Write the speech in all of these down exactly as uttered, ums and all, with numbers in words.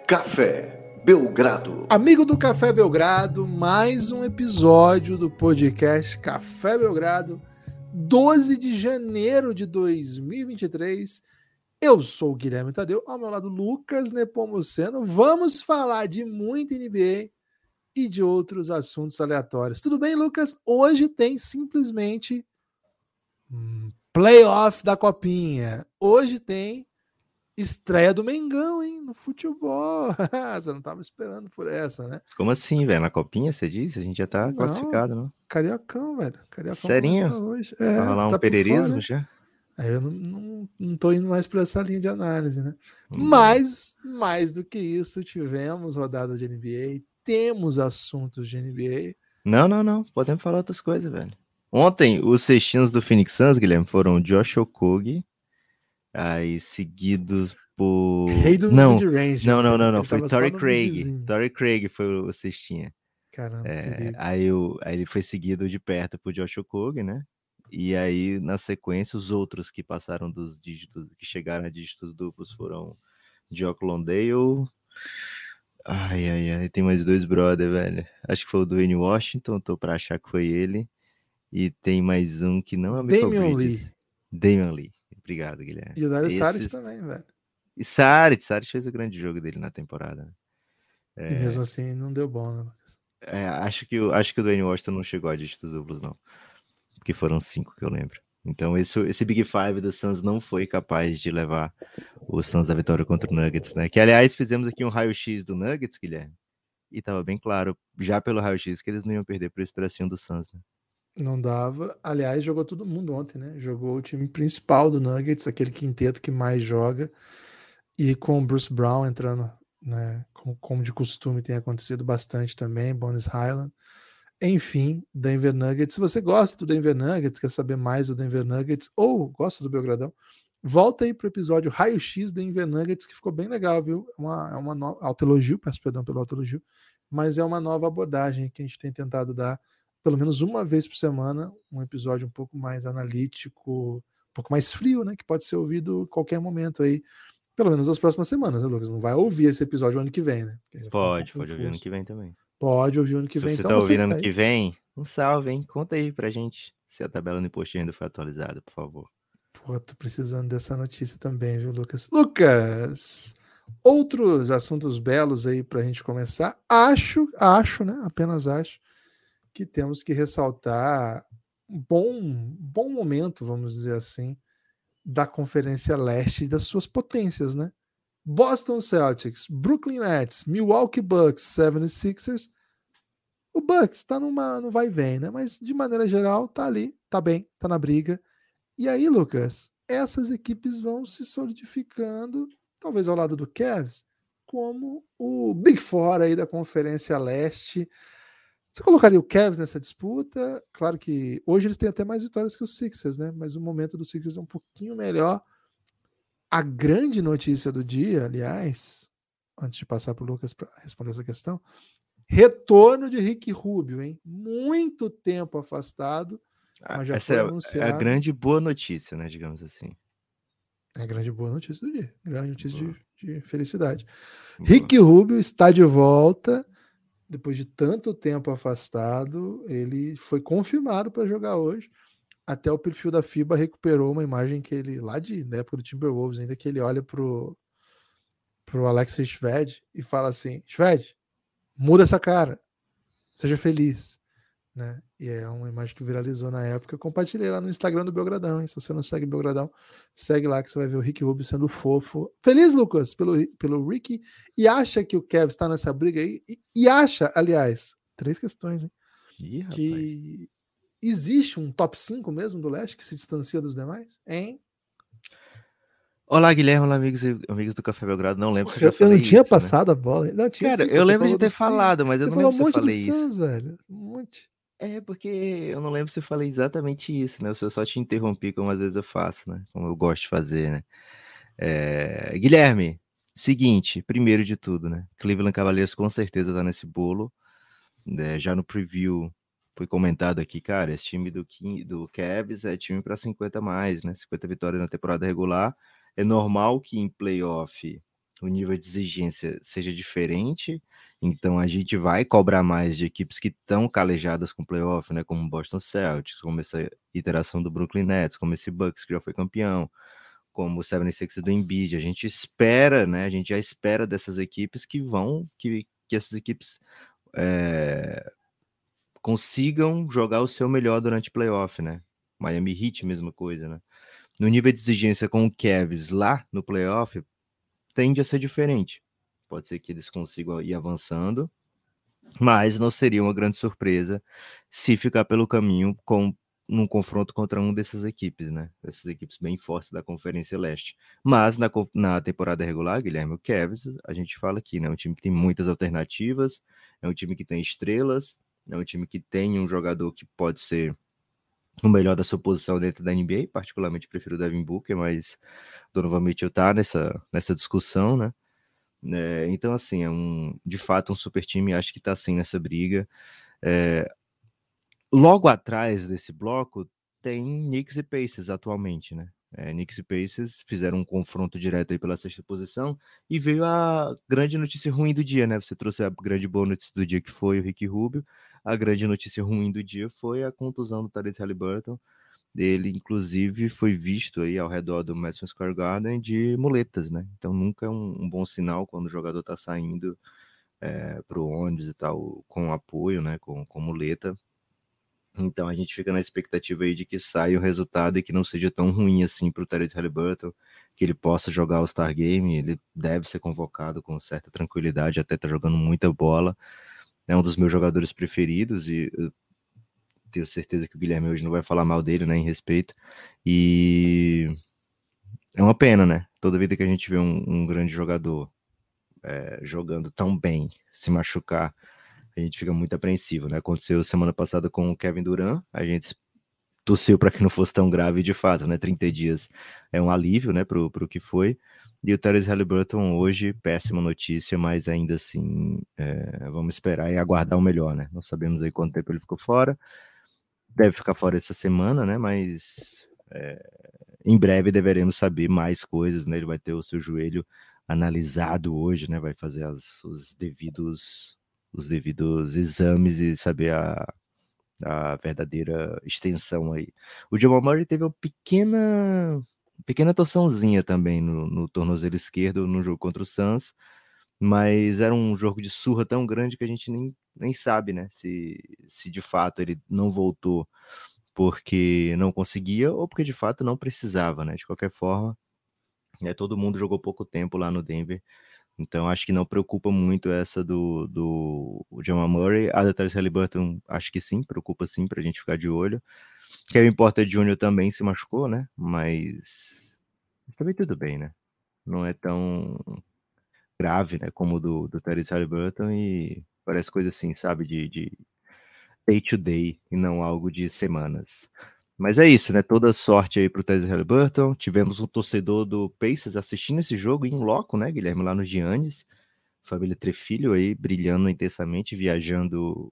Café Belgrado. Amigo do Café Belgrado, mais um episódio do podcast Café Belgrado, doze de janeiro de dois mil e vinte e três. Eu sou o Guilherme Tadeu, ao meu lado Lucas Nepomuceno. Vamos falar de muita N B A e de outros assuntos aleatórios. Tudo bem, Lucas? Hoje tem simplesmente um playoff da Copinha. Hoje tem estreia do Mengão, hein, no futebol. Você não estava esperando por essa, né? Como assim, velho? Na Copinha, você disse? A gente já tá Não, classificado, não? Cariocão, velho. Cariocão. Serinho? Hoje. É, Vai rolar um tá pereirismo fora, né? já? Aí eu não, não, não tô indo mais para essa linha de análise, né? Hum. Mas, mais do que isso, tivemos rodadas de N B A, temos assuntos de N B A. Não, não, não. Podemos falar outras coisas, velho. Ontem, os cestinhos do Phoenix Suns, Guilherme, foram Josh Okogie, aí seguidos por... Rei do não, mid-range. não, não, né? não, não. Ele Foi tava só Torrey no Craig. midzinho. Torrey Craig foi o cestinha. Caramba, É, perigo. aí, o, aí ele foi seguido de perto por Josh Okogie, né? E aí, na sequência, os outros que passaram dos dígitos, que chegaram a dígitos duplos foram Jock Landale. Ai, ai, ai, tem mais dois brother, velho. Acho que foi o Dwayne Washington, tô pra achar que foi ele. E tem mais um que não é o Michael Damian Bridges. Lee. Damian Lee. Obrigado, Guilherme. E o Dario Esses... Saric também, velho. E Saric, Saric fez o grande jogo dele na temporada. Né? É... E mesmo assim não deu bom, né, Lucas? É, acho, que, acho que o Dwayne Washington não chegou a dígitos duplos, não. Porque foram cinco que eu lembro. Então esse, esse Big Five do Suns não foi capaz de levar o Suns à vitória contra o Nuggets, né? Que, aliás, fizemos aqui um raio-x do Nuggets, Guilherme. E tava bem claro, já pelo raio-x, que eles não iam perder por esse pedacinho do Suns, né? Não dava. Aliás, jogou todo mundo ontem, né? Jogou o time principal do Nuggets, aquele quinteto que mais joga. E com o Bruce Brown entrando, né? Como, como de costume tem acontecido bastante também, Bones Highland. Enfim, Denver Nuggets. Se você gosta do Denver Nuggets, quer saber mais do Denver Nuggets, ou gosta do Belgradão, volta aí pro episódio Raio-X Denver Nuggets, que ficou bem legal, viu? É uma, é uma no... autoelogio, peço perdão pelo autoelogio, mas é uma nova abordagem que a gente tem tentado dar pelo menos uma vez por semana, um episódio um pouco mais analítico, um pouco mais frio, né? Que pode ser ouvido a qualquer momento aí, pelo menos nas próximas semanas, né, Lucas? Não vai ouvir esse episódio ano que vem, né? Pode, um pode ouvir ano que vem também. Pode ouvir ano que Se vem. você Então tá você ouvindo tá ano que vem, um salve, hein? Conta aí pra gente se a tabela no post ainda foi atualizada, por favor. Pô, tô precisando dessa notícia também, viu, Lucas? Lucas! Outros assuntos belos aí pra gente começar. Acho, acho, né? Apenas acho que temos que ressaltar um bom, bom momento, vamos dizer assim, da Conferência Leste e das suas potências, né? Boston Celtics, Brooklyn Nets, Milwaukee Bucks, setenta e seis ers. O Bucks tá numa, no vai e vem, né? Mas de maneira geral tá ali, tá bem, tá na briga. E aí, Lucas, essas equipes vão se solidificando, talvez ao lado do Cavs, como o Big Four aí da Conferência Leste. Você colocaria o Cavs nessa disputa? Claro que hoje eles têm até mais vitórias que os Sixers, né? Mas o momento dos Sixers é um pouquinho melhor. A grande notícia do dia, aliás, antes de passar para o Lucas para responder essa questão, retorno de Ricky Rubio, hein? Muito tempo afastado, mas já Essa foi é, anunciado. é a grande boa notícia, né? Digamos assim. É a grande boa notícia do dia. Grande notícia de, de felicidade. Boa. Ricky Rubio está de volta. Depois de tanto tempo afastado, ele foi confirmado para jogar hoje. Até o perfil da FIBA recuperou uma imagem que ele, lá de, da época do Timberwolves, ainda que ele olha pro, pro Alexei Shved e fala assim, Shved, muda essa cara, seja feliz. Né? E é uma imagem que viralizou na época. Eu compartilhei lá no Instagram do Belgradão, hein? Se você não segue o Belgradão, segue lá que você vai ver o Ricky Rubio sendo fofo. Feliz, Lucas, pelo, pelo Ricky. E acha que o Kevin está nessa briga aí. E, e acha, aliás, três questões, hein? Ih, que rapaz. existe um top cinco mesmo do leste que se distancia dos demais? Hein? Olá, Guilherme, olá, amigos e amigos do Café Belgrado. Não lembro se eu já Eu, falei eu não tinha isso, passado né? a bola. Não, tinha Cara, sim, eu você lembro de falou ter dos três. falado, mas eu Você não falou lembro um se eu monte do falei isso. Suns, velho. Um monte. É, porque eu não lembro se eu falei exatamente isso, né? Eu só te interrompi, como às vezes eu faço, né? Como eu gosto de fazer, né? É... Guilherme, seguinte, primeiro de tudo, né? Cleveland Cavaliers com certeza tá nesse bolo. É, já no preview foi comentado aqui, cara, esse time do, King, do Cavs é time para cinquenta mais, né? cinquenta vitórias na temporada regular. É normal que em playoff o nível de exigência seja diferente, então a gente vai cobrar mais de equipes que estão calejadas com playoff, né, como o Boston Celtics, como essa iteração do Brooklyn Nets, como esse Bucks que já foi campeão, como o setenta e seis do Embiid. A gente espera, né, a gente já espera dessas equipes que vão, que, que essas equipes é, consigam jogar o seu melhor durante playoff, né, Miami Heat, mesma coisa, né. No nível de exigência com o Cavs lá no playoff, tende a ser diferente. Pode ser que eles consigam ir avançando, mas não seria uma grande surpresa se ficar pelo caminho com num confronto contra um dessas equipes, né? Dessas equipes bem fortes da Conferência Leste. Mas na, na temporada regular, Guilherme, o Cavs, a gente fala aqui, né? É um time que tem muitas alternativas, é um time que tem estrelas, é um time que tem um jogador que pode ser o melhor da sua posição dentro da N B A, particularmente prefiro o Devin Booker, mas Donovan Mitchell tá nessa, nessa discussão, né? É, então, assim, é um, de fato um super time, acho que tá assim nessa briga. É, logo atrás desse bloco tem Knicks e Pacers atualmente, né? É, Knicks e Pacers fizeram um confronto direto aí pela sexta posição e veio a grande notícia ruim do dia, né? Você trouxe a grande boa notícia do dia que foi o Ricky Rubio, a grande notícia ruim do dia foi a contusão do Tyrese Haliburton. Ele, inclusive, foi visto aí ao redor do Madison Square Garden de muletas, né? Então nunca é um, um bom sinal quando o jogador tá saindo é, pro ônibus e tal, com apoio, né? Com, com muleta. Então a gente fica na expectativa aí de que saia o resultado e que não seja tão ruim assim pro Tyrese Haliburton, que ele possa jogar o All-Star Game. Ele deve ser convocado com certa tranquilidade, até tá jogando muita bola. É um dos meus jogadores preferidos e eu tenho certeza que o Guilherme hoje não vai falar mal dele, né, em respeito. E é uma pena, né? Toda vida que a gente vê um, um grande jogador é, jogando tão bem, se machucar, a gente fica muito apreensivo, né? Aconteceu semana passada com o Kevin Durant, a gente torceu para que não fosse tão grave de fato, né? trinta dias é um alívio, né, pro, pro que foi. E o Tyrese Haliburton hoje, péssima notícia, mas ainda assim, é, vamos esperar e aguardar o melhor, né? Não sabemos aí quanto tempo ele ficou fora. Deve ficar fora essa semana, né? Mas é, em breve deveremos saber mais coisas, né? Ele vai ter o seu joelho analisado hoje, né? Vai fazer as, os devidos os devidos exames e saber a, a verdadeira extensão aí. O Jamal Murray teve uma pequena pequena torçãozinha também no, no tornozelo esquerdo no jogo contra o Suns, mas era um jogo de surra tão grande que a gente nem, nem sabe, né? Se, se de fato ele não voltou porque não conseguia ou porque de fato não precisava, né? De qualquer forma, né, todo mundo jogou pouco tempo lá no Denver, então acho que não preocupa muito essa do, do Jamal Murray. A da Tyrese Haliburton, acho que sim, preocupa sim, pra gente ficar de olho. Kevin Porter Júnior também se machucou, né? Mas também tudo bem, né? Não é tão grave, né? Como o do, do Tyrese Haliburton e parece coisa assim, sabe? De, de day to day e não algo de semanas. Mas é isso, né? Toda sorte aí pro Tyrese Haliburton. Tivemos um torcedor do Pacers assistindo esse jogo em loco, né, Guilherme? Lá no Giannis. Família Trefilho aí, brilhando intensamente, viajando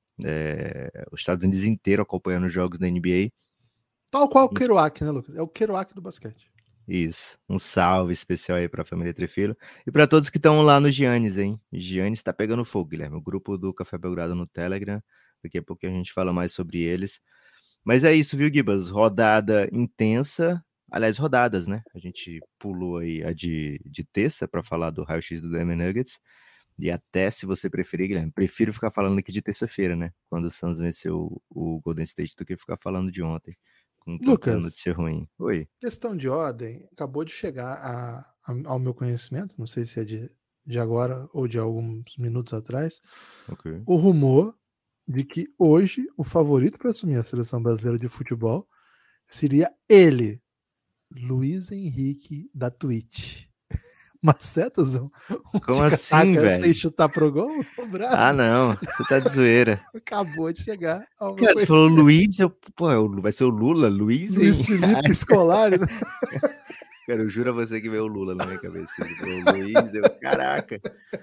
é, os Estados Unidos inteiro, acompanhando os jogos da N B A. Tal qual o Kerouac, né, Lucas? É o Kerouac do basquete. Isso. Um salve especial aí pra família Trefilho. E para todos que estão lá no Giannis, hein? Giannis tá pegando fogo, Guilherme. O grupo do Café Belgrado no Telegram. Daqui a pouco a gente fala mais sobre eles. Mas é isso, viu, Gibas? Rodada intensa. Aliás, rodadas, né? A gente pulou aí a de, de terça para falar do raio-x do Denver Nuggets. E até, se você preferir, Guilherme, prefiro ficar falando aqui de terça-feira, né? Quando o Suns venceu o, o Golden State, do que ficar falando de ontem. Com tanta Lucas, notícia ruim. Oi. Questão de ordem, acabou de chegar a, a, ao meu conhecimento, não sei se é de, de agora ou de alguns minutos atrás, Okay. o rumor de que hoje o favorito para assumir a seleção brasileira de futebol seria ele, Luiz Henrique da Twitch. Macetas, um, um Como assim, velho? Sem chutar pro gol no braço. Ah, não, você tá de zoeira. Acabou de chegar ao meu Cara, você falou Luiz, eu, pô, vai ser o Lula, Luiz, Luiz hein? Felipe Scolari. Cara, eu juro a você que veio o Lula na minha cabeça. O Luiz, eu, caraca.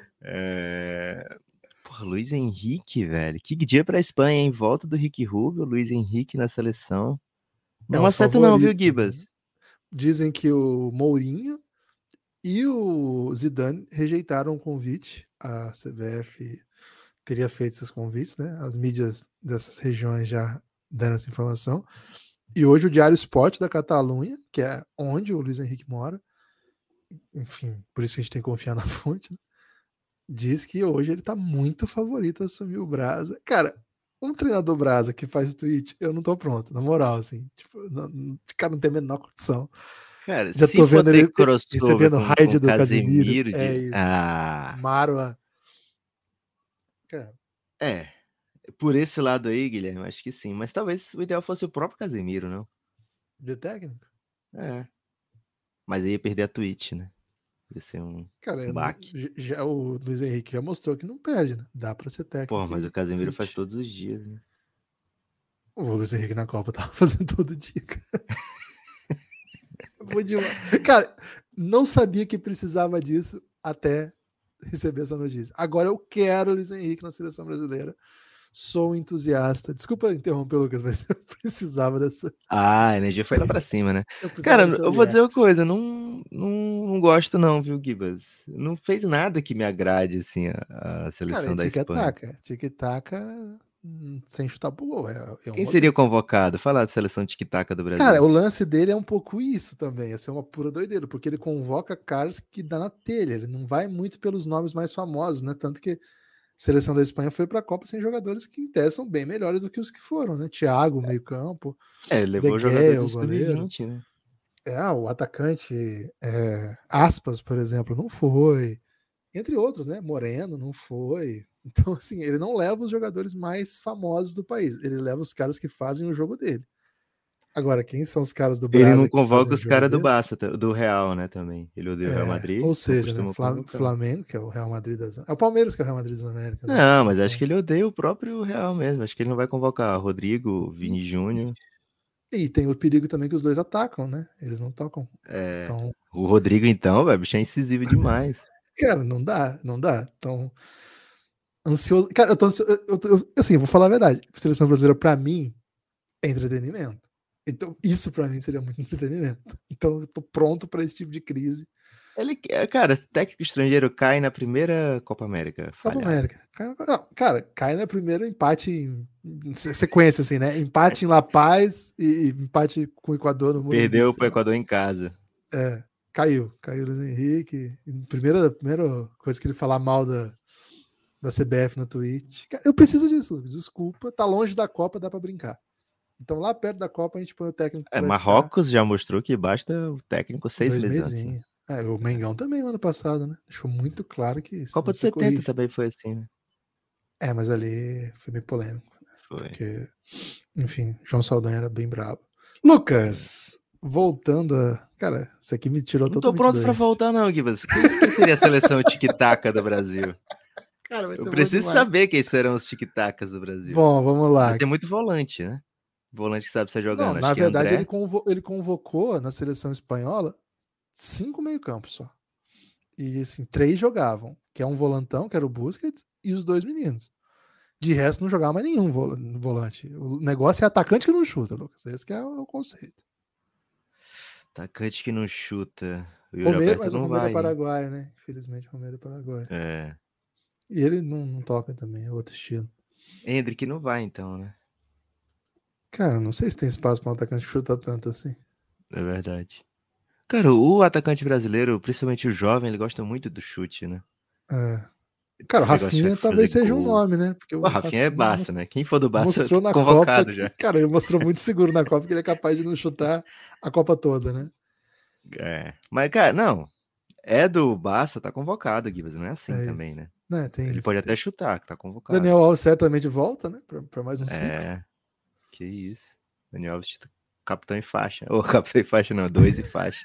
É... Porra, Luiz Henrique, velho. Que dia pra Espanha, hein? Volta do Ricky Rubio, Luiz Henrique na seleção. Não é acerto não, viu, Gibas? Dizem que o Mourinho e o Zidane rejeitaram o convite. A C B F teria feito esses convites, né? As mídias dessas regiões já deram essa informação. E hoje o Diário Sport da Catalunha, que é onde o Luiz Henrique mora, enfim, por isso que a gente tem que confiar na fonte, né? Diz que hoje ele tá muito favorito a assumir o Brasa. Cara, um treinador Brasa que faz tweet, eu não tô pronto, na moral, assim. Tipo, não, não, cara, não tem a menor condição. Cara, Já se tô for vendo ter ele crossover recebendo com, raid com do Casemiro. Casemiro, É de... isso. Ah, Marwa. Cara, é. Por esse lado aí, Guilherme, acho que sim. Mas talvez o ideal fosse o próprio Casemiro, não? de técnico? É. Mas aí ia perder a Twitch, né? Ia ser um Cara, eu não- baque. já, o Luiz Henrique já mostrou que não perde, né? Dá pra ser técnico. Pô, mas e o Casemiro Twitch. faz todos os dias, né? O Luiz Henrique na Copa tava fazendo todo dia, cara. Vou demais. Cara, não sabia que precisava disso até receber essa notícia. Agora eu quero o Luiz Henrique na seleção brasileira. Sou um entusiasta. Desculpa interromper, Lucas, mas eu precisava dessa. Ah, a energia foi lá pra cima, né? Eu precisava Cara, desse eu vou dizer uma react. coisa, não, não, não gosto não, viu, Gibas? Não fez nada que me agrade, assim, a, a seleção Cara, é da Espanha. tic-tac. Tic-tac hum, sem chutar pro gol. É, é um Quem modelo. seria convocado? Falar da seleção tic-tac do Brasil. Cara, o lance dele é um pouco isso também. Ia ser uma pura doideira, porque ele convoca caras que dá na telha. Ele não vai muito pelos nomes mais famosos, né? Tanto que a seleção da Espanha foi para a Copa sem jogadores que em tese são bem melhores do que os que foram, né? Thiago, meio-campo, É, ele levou De o jogador Gea, do o sub goleiro. vinte, né? É, o atacante é, Aspas, por exemplo, não foi. Entre outros, né? Moreno não foi. Então, assim, ele não leva os jogadores mais famosos do país. Ele leva os caras que fazem o jogo dele. Agora, quem são os caras do Ele não Brasa que fazem convoca o os jogo caras do dele? Barça, tá- do Real, né, também. Ele odeia o Real É, Madrid, ou não seja, né, costuma Fla- convocar. Flamengo, que é o Real Madrid das... É o Palmeiras que é o Real Madrid das Américas. Né? Não, mas Então, acho que ele odeia o próprio Real mesmo. Acho que ele não vai convocar Rodrigo, Vini Júnior. E tem o perigo também que os dois atacam, né? Eles não tocam. É... Então, O Rodrigo, então, velho, bicho é incisivo demais. cara, não dá, não dá. Então, ansioso. Cara, eu tô ansioso. Eu, eu, eu, assim, eu vou falar a verdade. Seleção brasileira, pra mim, é entretenimento. Então, isso pra mim seria muito entretenimento. Então, eu tô pronto pra esse tipo de crise. Ele, cara, técnico estrangeiro cai na primeira Copa América. Copa Falhada. América. Cara, cara, cai no primeiro empate em, em sequência, assim, né? Empate em La Paz e, e empate com o Equador no Morumbi. Perdeu pro Equador em casa. É, caiu. Caiu o Luiz Henrique. Primeira, primeira coisa que ele falar mal da, da C B F no Twitch. Eu preciso disso, desculpa. Tá longe da Copa, dá pra brincar. Então lá perto da Copa a gente põe o técnico. É, Marrocos já mostrou que basta o técnico seis dois meses antes. Né? É, o Mengão também, ano passado, né? Deixou muito claro que isso. Copa de setenta corrige. Também foi assim, né? É, mas ali foi meio polêmico, né? Foi. Porque, enfim, João Saldanha era bem bravo. Lucas, voltando a... Cara, isso aqui me tirou não totalmente tô pronto doente. pra voltar não, Gibas. Quem seria a seleção tic-tac do Brasil? Cara, vai ser Eu preciso saber quem serão os tic-tacs do Brasil. Bom, vamos lá. Vai ter muito volante, né? Volante que sabe sair jogando. Não, Acho na que verdade, André... ele, convo... ele convocou na seleção espanhola cinco meio-campos só. E assim, três jogavam, que é um volantão, que era o Busquets, e os dois meninos. De resto, não jogava mais nenhum volante. O negócio é atacante que não chuta, Lucas. Esse que é o conceito. Atacante que não chuta. O Romero, mas não o Romero vai, é paraguaio, né? Infelizmente, o Romero é paraguaio. É. E ele não, não toca também, é outro estilo. Hendrick não vai, então, né? Cara, não sei se tem espaço para um atacante que chuta tanto assim. É verdade. Cara, o atacante brasileiro, principalmente o jovem, ele gosta muito do chute, né? É. Cara, o Rafinha talvez seja um nome, né? Porque o, o Rafinha, Rafinha é Barça, mostrou, né? Quem for do Barça mostrou na convocado Copa, já. Que, cara, ele mostrou muito seguro na Copa que ele é capaz de não chutar a Copa toda, né? É. Mas, cara, não. É do Barça, tá convocado, Gibas. Não é assim é também, né? né? Tem ele isso, pode tem. até chutar, que tá convocado. Daniel Alves certamente volta, né? Pra, pra mais um ciclo. É. Que isso. Daniel Alves, capitão em faixa. Ou capitão em faixa, não. Dois em faixa.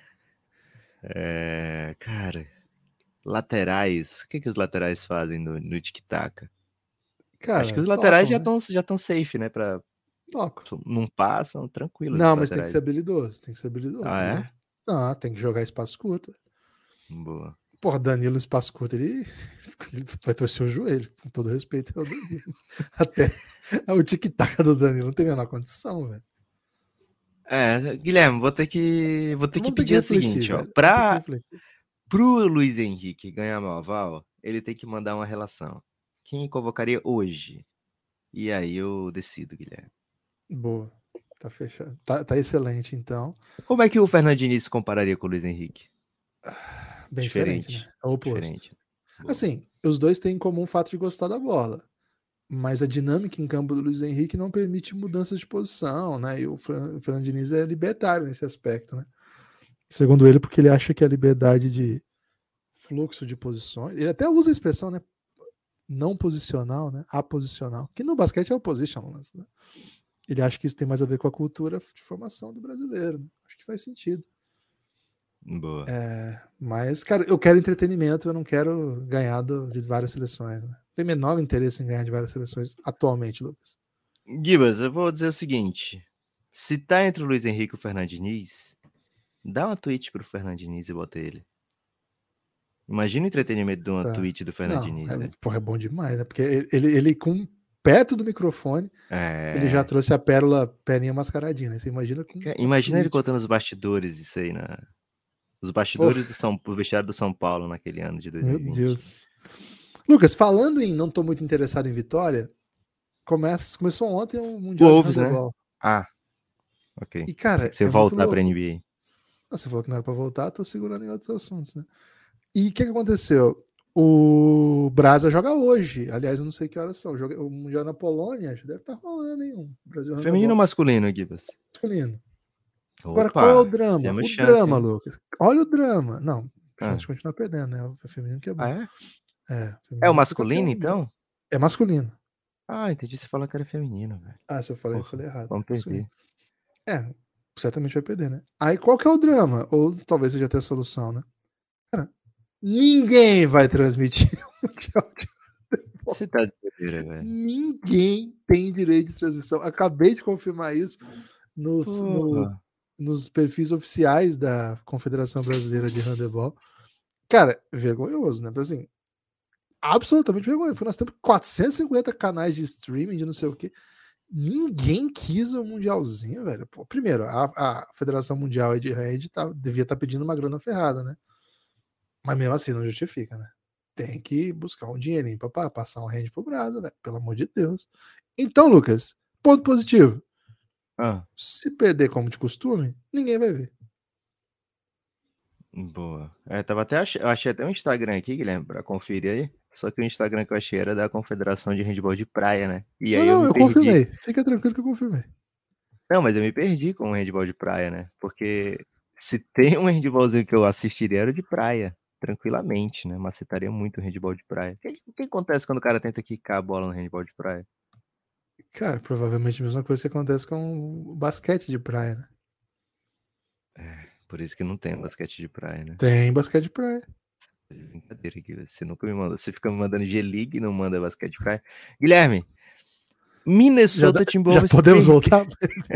É, cara, laterais. O que, que os laterais fazem no, no tic-tac? Acho que os laterais tocam, já estão né? já safe, né? Pra, Tocam. Não passam, tranquilo. Não, mas laterais. Tem que ser habilidoso. Tem que ser habilidoso. Ah, né? é? Ah, tem que jogar espaço curto. Boa. Porra, Danilo, espaço curto, ele... ele vai torcer o joelho, com todo respeito ao Danilo. Até o tic-tac do Danilo não tem a menor condição, velho. É, Guilherme, vou ter que, vou ter que Vamos pedir ter que o seguinte, refletir, ó. Pra, Pro Luiz Henrique ganhar meu aval, ele tem que mandar uma relação. Quem convocaria hoje? E aí eu decido, Guilherme. Boa. Tá fechado. Tá, tá excelente, então. Como é que o Fernando Diniz compararia com o Luiz Henrique? Bem diferente, Diferente. né? É o oposto. Diferente. Boa. Assim, os dois têm em comum o fato de gostar da bola. Mas a dinâmica em campo do Luiz Henrique não permite mudanças de posição, né? E o Fran- o Fernando Diniz é libertário nesse aspecto, né? Segundo ele, porque ele acha que a liberdade de fluxo de posições, ele até usa a expressão, né? Não posicional, né? Aposicional, que no basquete é o position, né? Ele acha que isso tem mais a ver com a cultura de formação do brasileiro, né? Acho que faz sentido. Boa. É, mas, cara, eu quero entretenimento, eu não quero ganhar do, de várias seleções, né? Tem menor interesse em ganhar de várias seleções atualmente, Lucas. Gibas, eu vou dizer o seguinte. Se tá entre o Luiz Henrique e o Fernando Diniz, dá uma tweet pro Fernando Diniz e bota ele. Imagina o entretenimento de uma Tá. tweet do Fernando Não, Diniz, é, né? porra, é bom demais, né? Porque ele, ele, ele com perto do microfone, É... ele já trouxe a pérola perninha mascaradinha, né? Você imagina com, Cara, com imagina ele tweet. contando os bastidores disso aí, na... Os bastidores do, São... do vestiário do São Paulo naquele ano de dois mil e vinte. Meu Deus. Lucas, falando em não tô muito interessado em vitória, começa, começou ontem o Mundial Wolves, de Handebol. né? Ah, ok. E, cara, Se você é muito voltar louco. pra N B A. Ah, você falou que não era pra voltar, tô segurando em outros assuntos, né? E o que, que aconteceu? O Brasa joga hoje. Aliás, eu não sei que horas são. Joga... O Mundial na Polônia, acho que deve estar rolando, hein? Um Brasil Feminino ou masculino, Gibas? masculino. Opa, Agora, qual é o drama? temos O chance, drama, hein? Lucas. Olha o drama. Não, a Ah. gente continua perdendo, né? O feminino que é bom. Ah, é? É, É o foi masculino, campeão mundial. então? É masculino. Ah, entendi você falando que era feminino, velho. Ah, se eu falei, eu Porra, falei errado. vamos É masculino. perder. É, certamente vai perder, né? Aí qual que é o drama? Ou talvez seja até a solução, né? Cara, ninguém vai transmitir o Mundial de Você tá de bobeira, velho. Ninguém tem direito de transmissão. Acabei de confirmar isso nos, no, Porra. nos perfis oficiais da Confederação Brasileira de Handebol. Cara, vergonhoso, né? Assim, absolutamente vergonhoso, porque nós temos quatrocentos e cinquenta canais de streaming de não sei o quê. Ninguém quis o Mundialzinho, velho. Pô, primeiro, a, a Federação Mundial de Hand tá, devia estar tá pedindo uma grana ferrada, né? Mas mesmo assim não justifica, né? Tem que buscar um dinheirinho pra passar um hand pro Brasa, velho. Pelo amor de Deus. Então, Lucas, ponto positivo. Ah, Se perder como de costume, ninguém vai ver. boa. É, tava até ach... Eu achei até um Instagram aqui, Guilherme, pra conferir aí. Só que o Instagram que eu achei era da Confederação de Handball de Praia, né? E aí não, eu não, me eu perdi. confirmei. Fica tranquilo que eu confirmei. Não, mas eu me perdi com o handball de praia, né? Porque se tem um handballzinho que eu assistiria era o de praia, tranquilamente, né? Macetaria muito o handball de praia. O que, o que acontece quando o cara tenta quicar a bola no handball de praia? Cara, provavelmente a mesma coisa que acontece com o basquete de praia, né? É, por isso que não tem basquete de praia, né? Tem basquete de praia. Brincadeira aqui, você nunca me mandou. Você fica me mandando G-League e não manda basquete de praia. Guilherme, Minnesota já, Timberwolves já podemos per... voltar?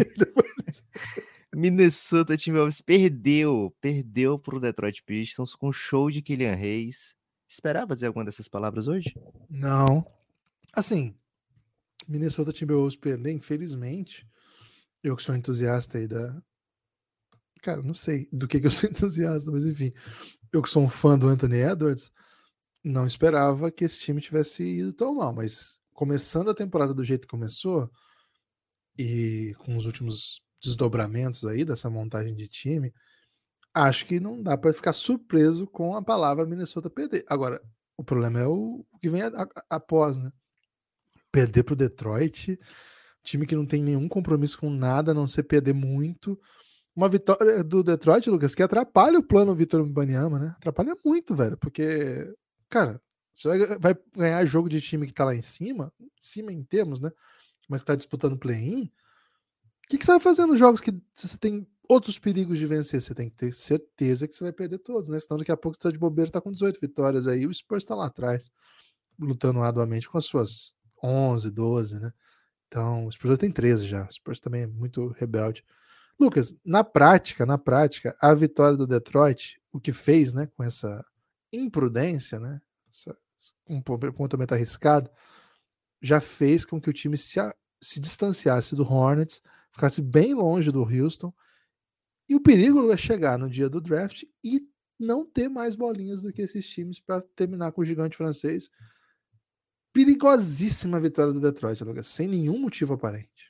Minnesota Timberwolves perdeu, perdeu pro Detroit Pistons com show de Killian Hayes. Esperava dizer alguma dessas palavras hoje? Não. Assim, Minnesota Timberwolves perder, infelizmente, eu que sou entusiasta aí da... Cara, não sei do que, que eu sou entusiasta, mas enfim, eu que sou um fã do Anthony Edwards, não esperava que esse time tivesse ido tão mal, mas começando a temporada do jeito que começou, e com os últimos desdobramentos aí dessa montagem de time, acho que não dá para ficar surpreso com a palavra Minnesota perder. Agora, o problema é o, o que vem a, a, após, né? Perder pro Detroit, time que não tem nenhum compromisso com nada, a não ser perder muito. Uma vitória do Detroit, Lucas, que atrapalha o plano Vitor Wembanyama, né? Atrapalha muito, velho, porque, cara, você vai, vai ganhar jogo de time que tá lá em cima, em cima em termos, né? Mas que tá disputando play-in. O que, que você vai fazer nos jogos que você tem outros perigos de vencer? Você tem que ter certeza que você vai perder todos, né? Senão daqui a pouco você tá de bobeira, tá com dezoito vitórias aí, o Spurs tá lá atrás, lutando arduamente com as suas onze, doze, né? Então, o Spurs tem treze já. O Spurs também é muito rebelde. Lucas, na prática, na prática, a vitória do Detroit, o que fez, né, com essa imprudência, né, essa, um comportamento arriscado, já fez com que o time se, se distanciasse do Hornets, ficasse bem longe do Houston, e o perigo é chegar no dia do draft e não ter mais bolinhas do que esses times para terminar com o gigante francês. Perigosíssima vitória do Detroit, Lucas, sem nenhum motivo aparente.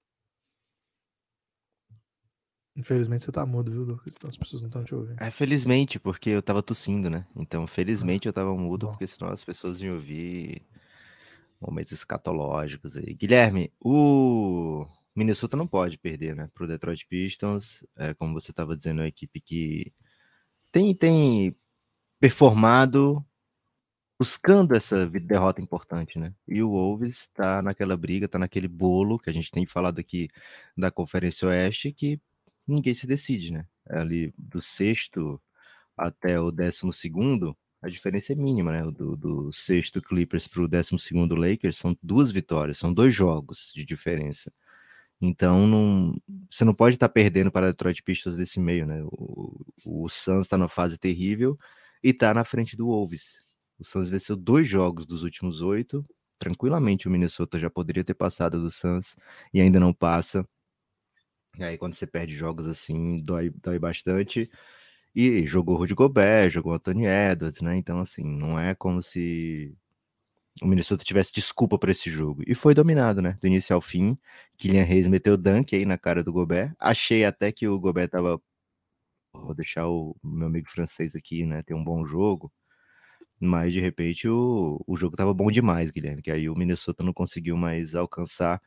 Infelizmente você tá mudo, viu, Lucas? Então as pessoas não estão te ouvindo. É, felizmente, porque eu tava tossindo, né? Então, felizmente Ah, eu tava mudo, bom. porque senão as pessoas iam ouvir momentos escatológicos aí. Guilherme, o Minnesota não pode perder, né? Pro Detroit Pistons, é, como você tava dizendo, é uma equipe que tem, tem performado buscando essa vi- derrota importante, né? E o Wolves tá naquela briga, tá naquele bolo que a gente tem falado aqui da Conferência Oeste, que ninguém se decide, né? Ali do sexto até o décimo segundo, a diferença é mínima, né? Do, do sexto Clippers pro décimo segundo Lakers são duas vitórias, são dois jogos de diferença. Então, não, você não pode estar perdendo para Detroit Pistons nesse meio, né? O, o Suns está numa fase terrível e está na frente do Wolves. O Suns venceu dois jogos dos últimos oito. Tranquilamente o Minnesota já poderia ter passado do Suns e ainda não passa. E aí, quando você perde jogos assim, dói, dói bastante. E jogou Rudy Gobert, jogou Anthony Edwards, né? Então, assim, não é como se o Minnesota tivesse desculpa para esse jogo. E foi dominado, né? Do início ao fim. Kylian Reis meteu dunk aí na cara do Gobert. Achei até que o Gobert tava. Vou deixar o meu amigo francês aqui, né? Ter um bom jogo. Mas de repente o, o jogo tava bom demais, Guilherme. Que aí o Minnesota não conseguiu mais alcançar.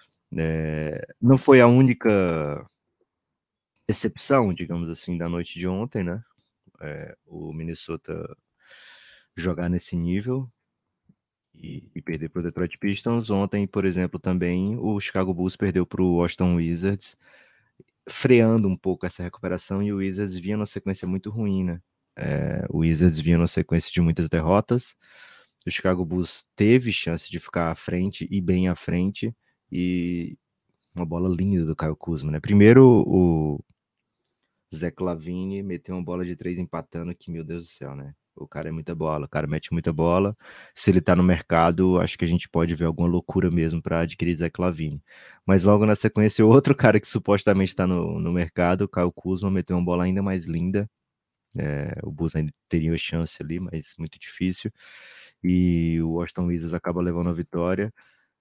É, não foi a única decepção, digamos assim, da noite de ontem, né? É, o Minnesota jogar nesse nível. E, e perder para o Detroit Pistons. Ontem, por exemplo, também o Chicago Bulls perdeu para o Washington Wizards, freando um pouco essa recuperação, e o Wizards vinha numa sequência muito ruim, né? É, o Wizards vinha numa sequência de muitas derrotas. O Chicago Bulls teve chance de ficar à frente e bem à frente, e uma bola linda do Kyle Kuzma, né? Primeiro o Zach LaVine meteu uma bola de três empatando, que, meu Deus do céu, né? O cara é muita bola, o cara mete muita bola. Se ele tá no mercado, acho que a gente pode ver alguma loucura mesmo para adquirir Zach LaVine. Mas logo na sequência, outro cara que supostamente tá no, no mercado, o Kyle Kuzma, meteu uma bola ainda mais linda. É, o Bulls ainda teria chance ali, mas muito difícil. E o Washington Wizards acaba levando a vitória.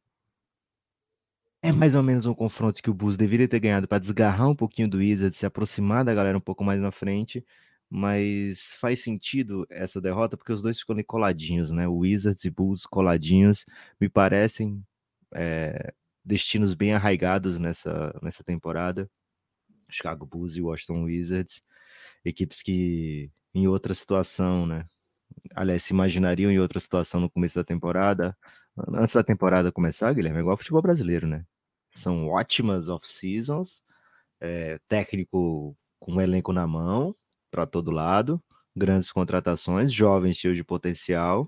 É mais ou menos um confronto que o Bulls deveria ter ganhado para desgarrar um pouquinho do Wizards, se aproximar da galera um pouco mais na frente, mas faz sentido essa derrota porque os dois ficam ali coladinhos, né? O Wizards e Bulls coladinhos, me parecem é, destinos bem arraigados nessa, nessa temporada. Chicago Bulls e Washington Wizards, equipes que em outra situação, né? Aliás, se imaginariam em outra situação no começo da temporada. Antes da temporada começar, Guilherme, é igual ao futebol brasileiro, né? São ótimas off-seasons, é, técnico com o elenco na mão, para todo lado, grandes contratações, jovens cheios de potencial,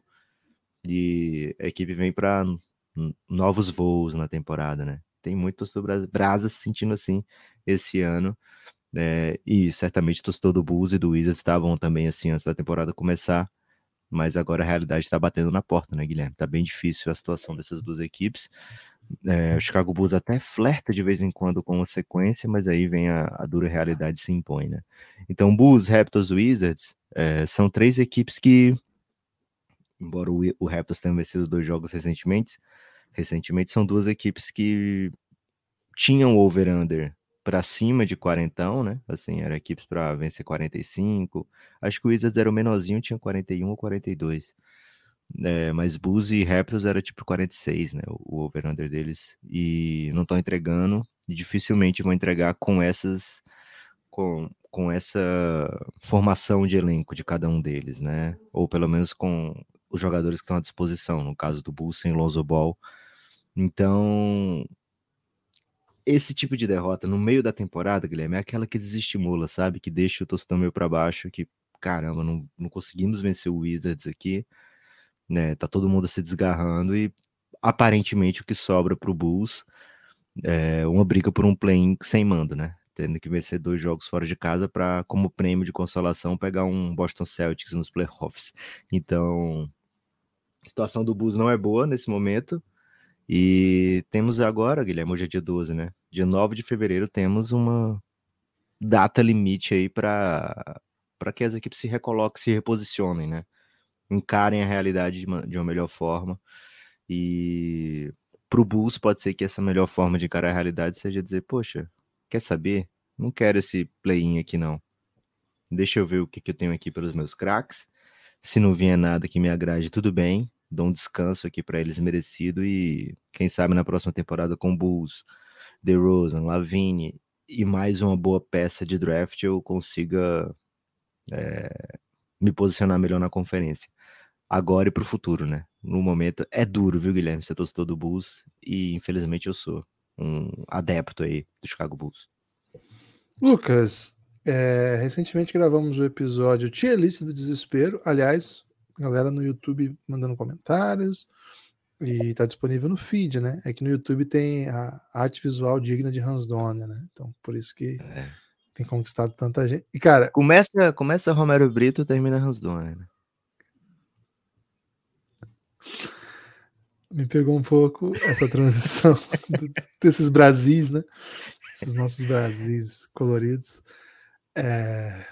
e a equipe vem para novos voos na temporada, né? Tem muitos torcedor brasa se sentindo assim esse ano, é, e certamente o torcedor do Bulls e do Wizards estavam também assim antes da temporada começar. Mas agora a realidade está batendo na porta, né, Guilherme? Tá bem difícil a situação dessas duas equipes. É, o Chicago Bulls até flerta de vez em quando com uma sequência, mas aí vem a, a dura realidade se impõe, né? Então, Bulls, Raptors, Wizards é, são três equipes que, embora o, o Raptors tenha vencido dois jogos recentemente, recentemente são duas equipes que tinham o over-under para cima de quarentão, né? Assim, eram equipes para vencer quarenta e cinco. Acho que o Wizards era o menorzinho, tinha quarenta e um ou quarenta e dois. É, mas Bulls e Raptors era tipo quarenta e seis, né? O over-under deles. E não estão entregando. E dificilmente vão entregar com essas. Com, com essa formação de elenco de cada um deles, né? Ou pelo menos com os jogadores que estão à disposição. No caso do Bulls, sem Lonzo Ball. Então, esse tipo de derrota no meio da temporada, Guilherme, é aquela que desestimula, sabe? Que deixa o torcedor meio para baixo, que, caramba, não, não conseguimos vencer o Wizards aqui, né? Tá todo mundo se desgarrando e aparentemente o que sobra pro Bulls é uma briga por um play-in sem mando, né? Tendo que vencer dois jogos fora de casa para, como prêmio de consolação, pegar um Boston Celtics nos playoffs. Então, a situação do Bulls não é boa nesse momento. E temos agora, Guilherme, hoje é dia doze, né? Dia nove de fevereiro temos uma data limite aí para para que as equipes se recoloquem, se reposicionem, né? Encarem a realidade de uma, de uma melhor forma. E pro Bulls pode ser que essa melhor forma de encarar a realidade seja dizer, poxa, quer saber? Não quero esse play-in aqui não. Deixa eu ver o que, que eu tenho aqui pelos meus craques. Se não vier nada que me agrade, tudo bem. Dou um descanso aqui para eles merecido e quem sabe na próxima temporada com Bulls, DeRozan, Lavine e mais uma boa peça de draft eu consiga é, me posicionar melhor na conferência. Agora e pro futuro, né? No momento é duro, viu, Guilherme? Você é torcedor do Bulls e infelizmente eu sou um adepto aí do Chicago Bulls. Lucas, é, recentemente gravamos o episódio Tier List do Desespero. Aliás, galera no YouTube mandando comentários e tá disponível no feed, né? É que no YouTube tem a arte visual digna de Hans Donner, né? Então, por isso que é. tem conquistado tanta gente. E, cara... Começa, começa Romero Brito, termina Hans Donner, né? Me pegou um pouco essa transição desses Brasis, né? Esses nossos Brasis coloridos. É...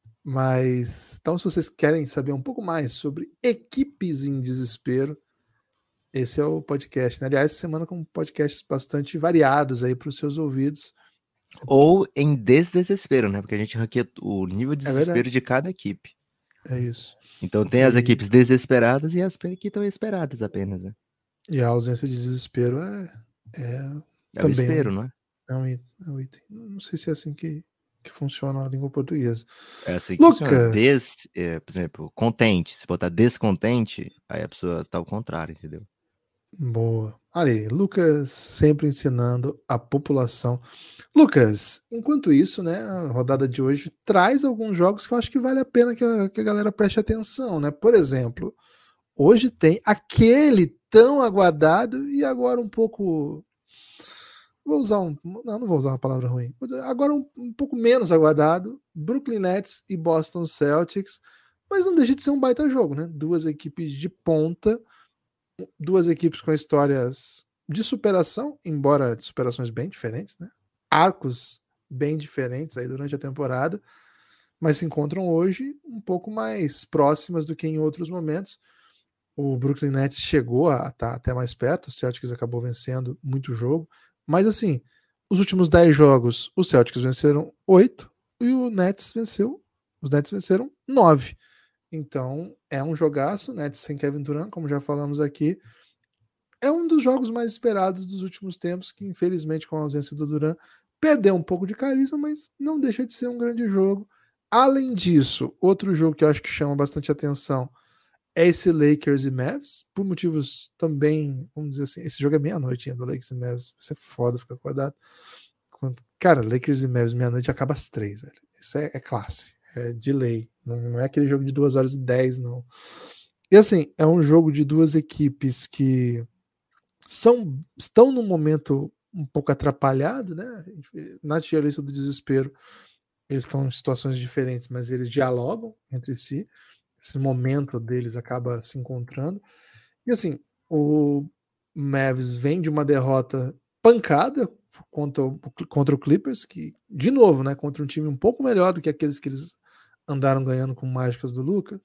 Mas, então, se vocês querem saber um pouco mais sobre equipes em desespero, esse é o podcast, né? Aliás, essa semana com podcasts bastante variados aí para os seus ouvidos. Ou em desdesespero, né? Porque a gente ranqueia o nível de desespero é de cada equipe. É isso. Então tem e... as equipes desesperadas e as que estão esperadas apenas, né? E a ausência de desespero é... É, é também o espero, um, não é? É um, é um item. Não sei se é assim que, que funciona a língua portuguesa. É assim que Lucas. funciona. Des, é, por exemplo, contente. Se botar descontente, aí a pessoa tá ao contrário, entendeu? Boa. Ali, Lucas sempre ensinando a população. Lucas, enquanto isso, né, a rodada de hoje traz alguns jogos que eu acho que vale a pena que a, que a galera preste atenção, né? Por exemplo, hoje tem aquele tão aguardado e agora um pouco... Vou usar um... Não, não vou usar uma palavra ruim. Agora um, um pouco menos aguardado, Brooklyn Nets e Boston Celtics, mas não deixa de ser um baita jogo, né? Duas equipes de ponta, duas equipes com histórias de superação, embora de superações bem diferentes, né? Arcos bem diferentes aí durante a temporada, mas se encontram hoje um pouco mais próximas do que em outros momentos. O Brooklyn Nets chegou a estar até mais perto, o Celtics acabou vencendo muito jogo, mas assim, os últimos dez jogos, os Celtics venceram oito e o Nets venceu, os Nets venceram nove. Então, é um jogaço, Nets sem Kevin Durant, como já falamos aqui. É um dos jogos mais esperados dos últimos tempos, que infelizmente com a ausência do Durant, perdeu um pouco de carisma, mas não deixa de ser um grande jogo. Além disso, outro jogo que eu acho que chama bastante atenção é esse Lakers e Mavs, por motivos também, vamos dizer assim, esse jogo é meia-noite ainda, do Lakers e Mavs, vai ser foda ficar acordado. Cara, Lakers e Mavs meia-noite acaba às três, velho. Isso é, é classe, é de lei, não, não é aquele jogo de duas horas e dez, não. E assim, é um jogo de duas equipes que são, estão num momento um pouco atrapalhado, né? Na tier list do desespero, eles estão em situações diferentes, mas eles dialogam entre si. Esse momento deles acaba se encontrando. E assim, o Mavs vem de uma derrota pancada contra o, contra o Clippers, que, de novo, né, contra um time um pouco melhor do que aqueles que eles andaram ganhando com mágicas do Luka.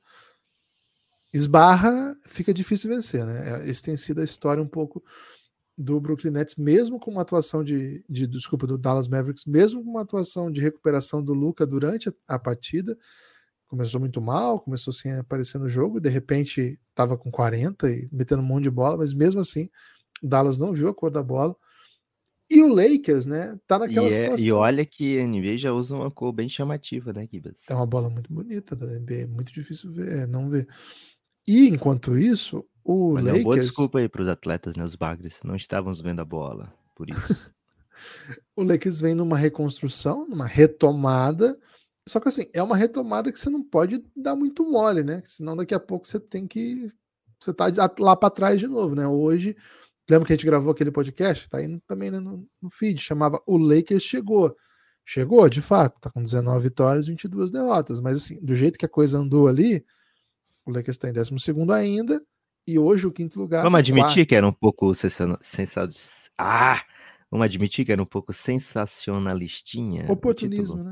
Esbarra, fica difícil vencer, né? Esse tem sido a história um pouco do Brooklyn Nets, mesmo com uma atuação de, de desculpa, do Dallas Mavericks, mesmo com uma atuação de recuperação do Luka durante a, a partida. Começou muito mal, começou sem aparecer no jogo, e de repente estava com quarenta e metendo um monte de bola, mas mesmo assim, o Dallas não viu a cor da bola. E o Lakers, né, tá naquela e é, situação. E olha que a N B A já usa uma cor bem chamativa, né, Gibas? É uma bola muito bonita da N B A, é muito difícil ver, não ver. E enquanto isso, o Mas Lakers... É uma boa desculpa aí para os atletas, né, os bagres, não estávamos vendo a bola, por isso. O Lakers vem numa reconstrução, numa retomada. Só que assim, é uma retomada que você não pode dar muito mole, né? Senão daqui a pouco você tem que... Você tá lá para trás de novo, né? Hoje, lembra que a gente gravou aquele podcast? Tá indo também, né, no, no feed, chamava O Lakers Chegou. Chegou, de fato, tá com dezenove vitórias e vinte e duas derrotas. Mas assim, do jeito que a coisa andou ali, o Lakers tá em décimo segundo ainda, e hoje o quinto lugar... Vamos admitir quarto. que era um pouco sensacional... Ah! Vamos admitir que era um pouco sensacionalistinha. Oportunismo, né?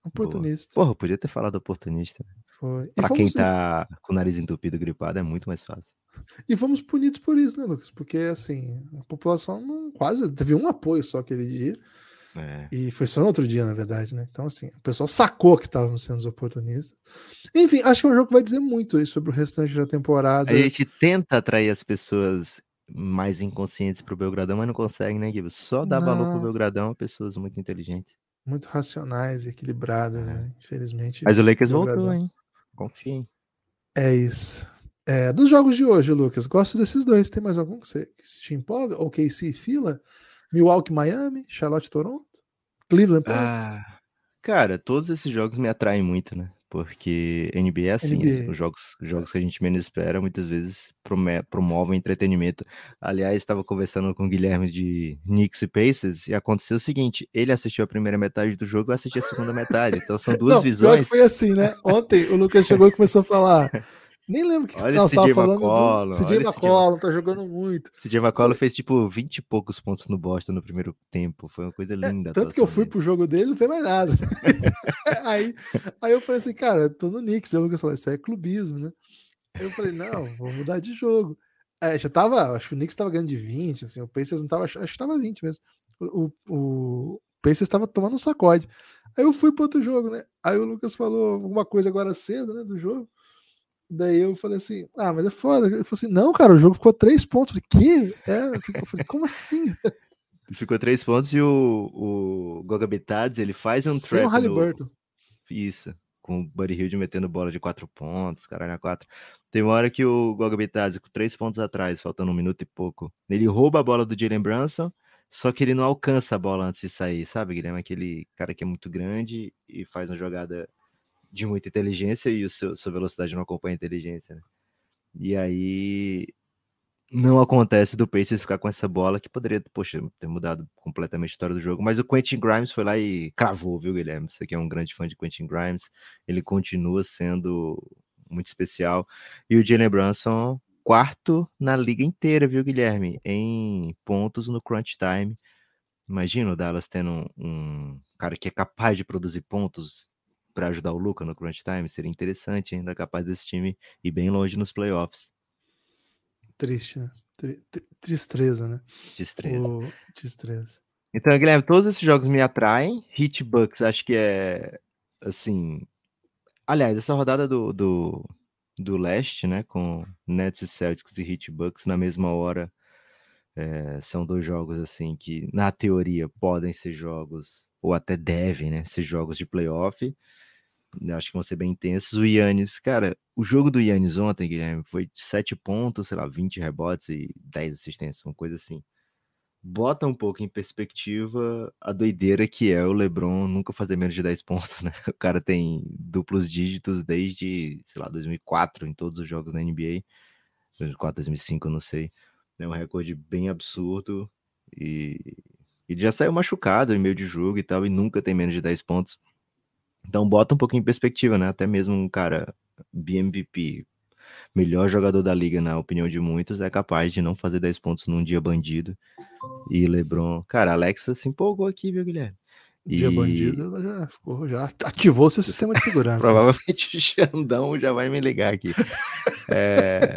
Oportunista. Boa. Porra, podia ter falado oportunista. Foi. E Pra fomos, quem tá com o nariz entupido, gripado, é muito mais fácil. E fomos punidos por isso, né, Lucas? Porque, assim, a população não, quase teve um apoio só aquele dia. É. E foi só no outro dia, na verdade, né? Então, assim, o pessoal sacou que estávamos sendo os oportunistas. Enfim, acho que é um jogo que vai dizer muito aí sobre o restante da temporada. A gente tenta atrair as pessoas mais inconscientes pro Belgradão, mas não consegue, né, Guilherme? Só dá valor pro Não, Belgradão a pessoas muito inteligentes. muito racionais e equilibradas, É. né? Infelizmente. Mas o Lakers Belgradão. voltou, hein? Confiem. É isso. É, dos jogos de hoje, Lucas, gosto desses dois. Tem mais algum que você que se te empolga? O K C Fila? Milwaukee, Miami? Charlotte, Toronto? Cleveland, Portland? Ah, cara, todos esses jogos me atraem muito, né? Porque N B A é assim, N B A. os jogos, os jogos que a gente menos espera muitas vezes prome- promovem entretenimento. Aliás, estava conversando com o Guilherme de Knicks e Pacers e aconteceu o seguinte, ele assistiu a primeira metade do jogo e eu assisti a segunda metade. Então são duas Não, pior que visões. foi assim, né? Ontem o Lucas chegou e começou a falar. Nem lembro que Olha não, esse você tava C J falando McCollum, do C J olha esse C J McCollum, tá jogando muito. C J McCollum Foi- fez tipo vinte e poucos pontos no Boston no primeiro tempo. Foi uma coisa É, linda a tanto que eu atuação fui dele. pro jogo dele, não fez mais nada. aí, aí eu falei assim, cara, eu tô no Knicks. Aí o Lucas falou, isso aí é clubismo, né? Aí eu falei, não, vou mudar de jogo. É, já tava, acho que o Knicks tava ganhando de vinte, assim, o Pacers não tava, acho que tava vinte mesmo. O, o, o Pacers tava tomando um sacode. Aí eu fui pro outro jogo, né? Aí o Lucas falou alguma coisa agora cedo, né, do jogo. Daí eu falei assim, ah, mas é foda. Ele falou assim, não, cara, o jogo ficou três pontos. Eu falei, quê? É, eu falei, como assim? Ficou três pontos e o, o Goga Bitadze, ele faz um Sem o trap no... Haliburton. Isso, com o Buddy Hield metendo bola de quatro pontos, caralho, a quatro. Tem uma hora que o Goga Bitadze, com três pontos atrás, faltando um minuto e pouco, ele rouba a bola do Jalen Brunson, só que ele não alcança a bola antes de sair, sabe, Guilherme? Aquele cara que é muito grande e faz uma jogada de muita inteligência e o seu, sua velocidade não acompanha a inteligência, né? E aí não acontece do Pacers ficar com essa bola que poderia, poxa, ter mudado completamente a história do jogo, mas o Quentin Grimes foi lá e cravou, viu, Guilherme? Você que é um grande fã de Quentin Grimes, ele continua sendo muito especial. E o Jalen Brunson, quarto na liga inteira, viu, Guilherme? Em pontos no crunch time. Imagina o Dallas tendo um, um cara que é capaz de produzir pontos para ajudar o Luka no crunch time, seria interessante ainda, capaz desse time ir bem longe nos playoffs. Triste, né? Tri- tri- Tristeza, né? Destreza. O... Destreza. Então, Guilherme, todos esses jogos me atraem. Hit Bucks, acho que é assim. Aliás, essa rodada do, do, do leste, né? Com Nets e Celtics e Hit Bucks na mesma hora. É, são dois jogos assim que, na teoria, podem ser jogos, ou até devem, né? Ser jogos de playoff. Acho que vão ser bem intensos. O Giannis, cara, o jogo do Giannis ontem, Guilherme, foi sete pontos, sei lá, vinte rebotes e dez assistências, uma coisa assim. Bota um pouco em perspectiva a doideira que é o LeBron nunca fazer menos de dez pontos, né? O cara tem duplos dígitos desde, sei lá, dois mil e quatro em todos os jogos da N B A. dois mil e quatro, dois mil e cinco, eu não sei. É um recorde bem absurdo e ele já saiu machucado em meio de jogo e tal e nunca tem menos de dez pontos. Então bota um pouco em perspectiva, né? Até mesmo um cara B M V P, melhor jogador da liga, na opinião de muitos, é capaz de não fazer dez pontos num dia bandido. E LeBron... Cara, a Alexa se empolgou aqui, viu, Guilherme? Dia E bandido, ela já ficou, já ativou seu sistema de segurança. provavelmente o Xandão já vai me ligar aqui. É,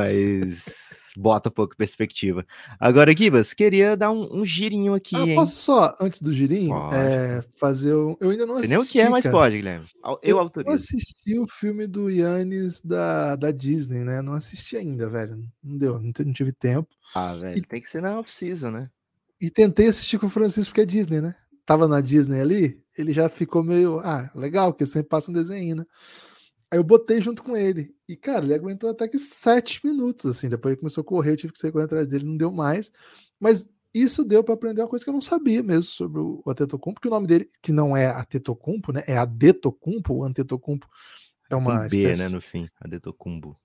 mas bota um pouco de perspectiva. Agora, Gibas, queria dar um, um girinho aqui, Ah, hein? posso só, antes do girinho, Pode, é, fazer um... Eu ainda não Sei assisti, nem o que é, mas cara. pode, Guilherme. Eu, Eu autorizo. assisti o filme do Yannis da, da Disney, né? Não assisti ainda, velho. Não deu, não, te- não tive tempo. Ah, velho, E, tem que ser na off-season, né? e tentei assistir com o Francisco, porque é Disney, né? Tava na Disney ali, ele já ficou meio, ah, legal, porque sempre passa um desenho, né? Aí eu botei junto com ele. E, cara, ele aguentou até que sete minutos, assim. Depois ele começou a correr, eu tive que sair correndo atrás dele, não deu mais. Mas isso deu para aprender uma coisa que eu não sabia mesmo sobre o Antetokounmpo, porque o nome dele, que não é Antetokounmpo, né? É Adetokounmpo, o Antetokounmpo é Com uma B, espécie né, de... no fim. Adetokounmpo.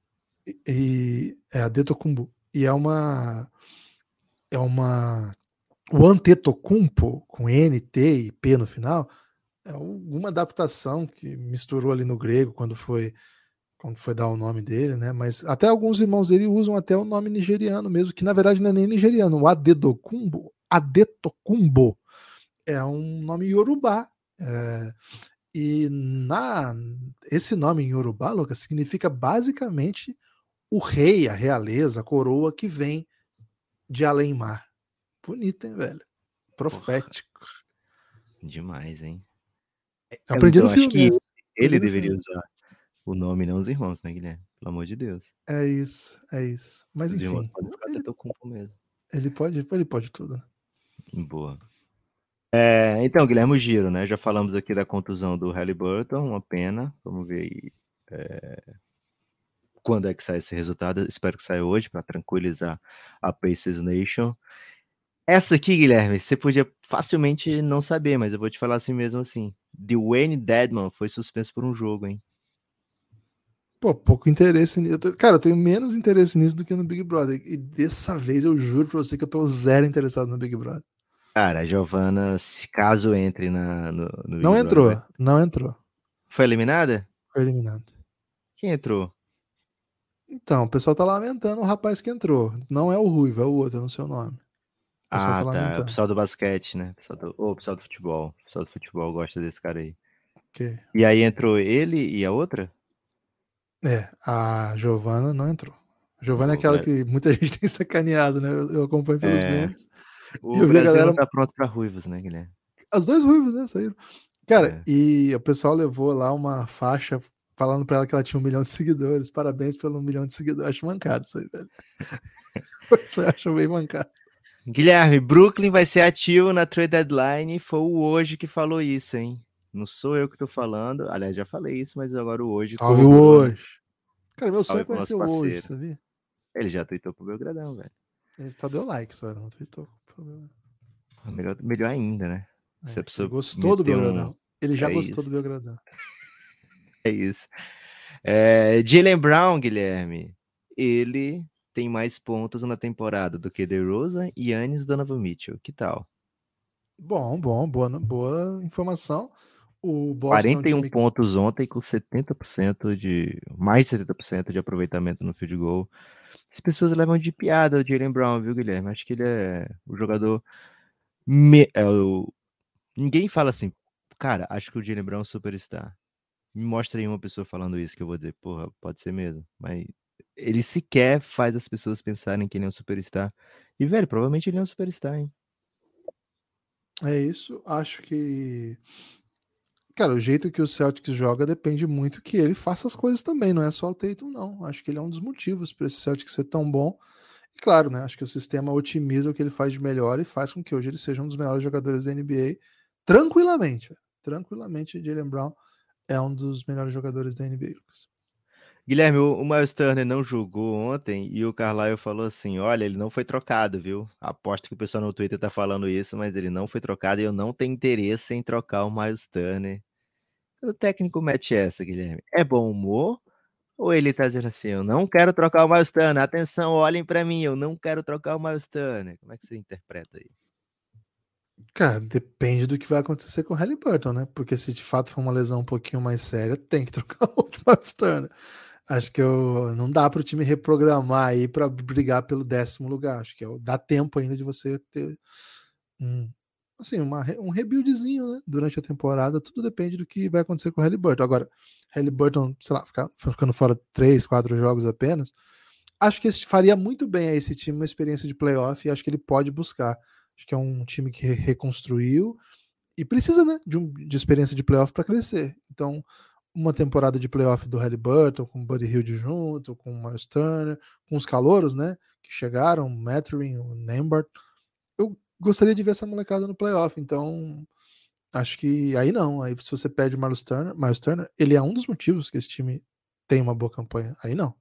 E é Adetokounmpo. E é uma... É uma... O Antetokounmpo, com N, T e P no final, é alguma adaptação que misturou ali no grego quando foi quando foi dar o nome dele, né? Mas até alguns irmãos dele usam até o nome nigeriano mesmo, que na verdade não é nem nigeriano. O Adetokounmpo, Adetokounmpo é um nome iorubá. É, E na, esse nome em Yorubá, Lucas, significa basicamente o rei, a realeza, a coroa que vem de além-mar. Bonito, hein, velho? Profético. Porra, demais, hein? Aprendi Então, no acho filme que esse. ele Aprendi no deveria filme. usar o nome, não os irmãos, né, Guilherme? Pelo amor de Deus. É isso, é isso. Mas Os irmãos enfim, podem ficar até ele, teu cumpo mesmo. ele pode, ele pode tudo. Né? Boa. É, então, Guilherme, o giro, né? Já falamos aqui da contusão do Haliburton, uma pena. Vamos ver aí é, quando é que sai esse resultado. Espero que saia hoje para tranquilizar a Pacers Nation. Essa aqui, Guilherme, você podia facilmente não saber, mas eu vou te falar assim mesmo assim. Dwayne Dedman foi suspenso por um jogo, hein? Pô, pouco interesse nisso. Cara, eu tenho menos interesse nisso do que no Big Brother. E dessa vez eu juro pra você que eu tô zero interessado no Big Brother. Cara, a Giovana, se caso entre na, no, no Big Não Brother, entrou, vai... não entrou. Foi eliminada? Foi eliminado. Quem entrou? Então, o pessoal tá lamentando o rapaz que entrou. Não é o Ruivo, é o outro, eu não sei o nome. O pessoal Ah, tá tá. É o lamentando. pessoal do basquete, né? O pessoal do... Ô, o pessoal do futebol. O pessoal do futebol gosta desse cara aí. Okay. E aí entrou ele e a outra? É, a Giovana não entrou. A Giovana é Boa, aquela Bra- que muita gente tem sacaneado, né? Eu, eu acompanho pelos É, memes. E o eu vi a Brasil galera. não tá pronto pra ruivos, né, Guilherme? As duas ruivas, né? Saíram. Cara, É. e o pessoal levou lá uma faixa falando pra ela que ela tinha um milhão de seguidores. Parabéns pelo um milhão de seguidores. Acho mancado isso aí, velho. Isso eu acho bem mancado. Guilherme, Brooklyn vai ser ativo na trade deadline. Foi o hoje que falou isso, hein? Não sou eu que tô falando. Aliás, já falei isso, mas agora o hoje Salve o corroborou, né? hoje. Cara, meu sonho Salve é pro conhecer nosso o hoje, parceiro. sabia? Ele já tweetou pro Belgradão, velho. Ele só deu like, só não tweetou. Melhor, melhor ainda, né? Se a É, ele pessoa gostou do meter um. Belgradão. Ele já É gostou isso. do Belgradão. É isso. É, Jaylen Brown, Guilherme. Ele tem mais pontos na temporada do que DeRozan e Giannis Donovan Mitchell. Que tal? Bom, bom, boa, boa informação. O Boston é um quarenta e um time. pontos ontem com setenta por cento de. Mais de setenta por cento de aproveitamento no field goal. As pessoas levam de piada o Jaylen Brown, viu, Guilherme? Acho que ele é o jogador. Me... É o... Ninguém fala assim, cara, acho que o Jaylen Brown é um superstar. Me mostra aí uma pessoa falando isso que eu vou dizer, porra, pode ser mesmo. Mas ele sequer faz as pessoas pensarem que ele é um superstar. E, velho, provavelmente ele é um superstar, hein? É isso. Acho que. Cara, o jeito que o Celtics joga depende muito que ele faça as coisas também, não é só o Tatum, não. Acho que ele é um dos motivos para esse Celtics ser tão bom. E claro, né? Acho que o sistema otimiza o que ele faz de melhor e faz com que hoje ele seja um dos melhores jogadores da N B A. Tranquilamente, velho. Tranquilamente, Jaylen Brown é um dos melhores jogadores da N B A, Lucas. Guilherme, o, o Miles Turner não jogou ontem e o Carlisle falou assim: olha, ele não foi trocado, viu? Aposto que o pessoal no Twitter tá falando isso, mas ele não foi trocado e eu não tenho interesse em trocar o Miles Turner. O técnico mete essa, Guilherme. É bom humor? Ou ele tá dizendo assim, eu não quero trocar o Miles Turner, atenção, olhem pra mim, eu não quero trocar o Miles Turner. Como é que você interpreta aí? Cara, depende do que vai acontecer com o Haliburton, né? Porque se de fato for uma lesão um pouquinho mais séria, tem que trocar o Miles Turner. Acho que eu, não dá para o time reprogramar aí para brigar pelo décimo lugar. Acho que é, dá tempo ainda de você ter um, assim, uma, um rebuildzinho, né? Durante a temporada. Tudo depende do que vai acontecer com o Haliburton. Agora, Haliburton, sei lá, ficar, ficando fora três, quatro jogos apenas, acho que esse faria muito bem a esse time uma experiência de playoff e acho que ele pode buscar. Acho que é um time que reconstruiu e precisa, né, de, um, de experiência de playoff para crescer. Então, uma temporada de playoff do Haliburton, com o Buddy Hield junto, com o Miles Turner, com os calouros, né, que chegaram, o Mathurin, o Nembhard. Eu gostaria de ver essa molecada no playoff, então acho que aí não. Aí se você pede o Miles Turner, Miles Turner, ele é um dos motivos que esse time tem uma boa campanha. Aí não.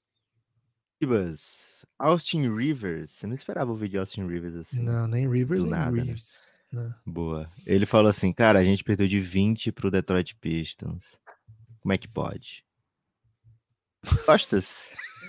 Ibas, Austin Rivers, você não esperava ouvir de Austin Rivers assim, Não, nem Rivers, do nem nada, né? Reeves. Né? Boa. Ele falou assim, cara, a gente perdeu de vinte pro Detroit Pistons. Como é que pode? Gostas?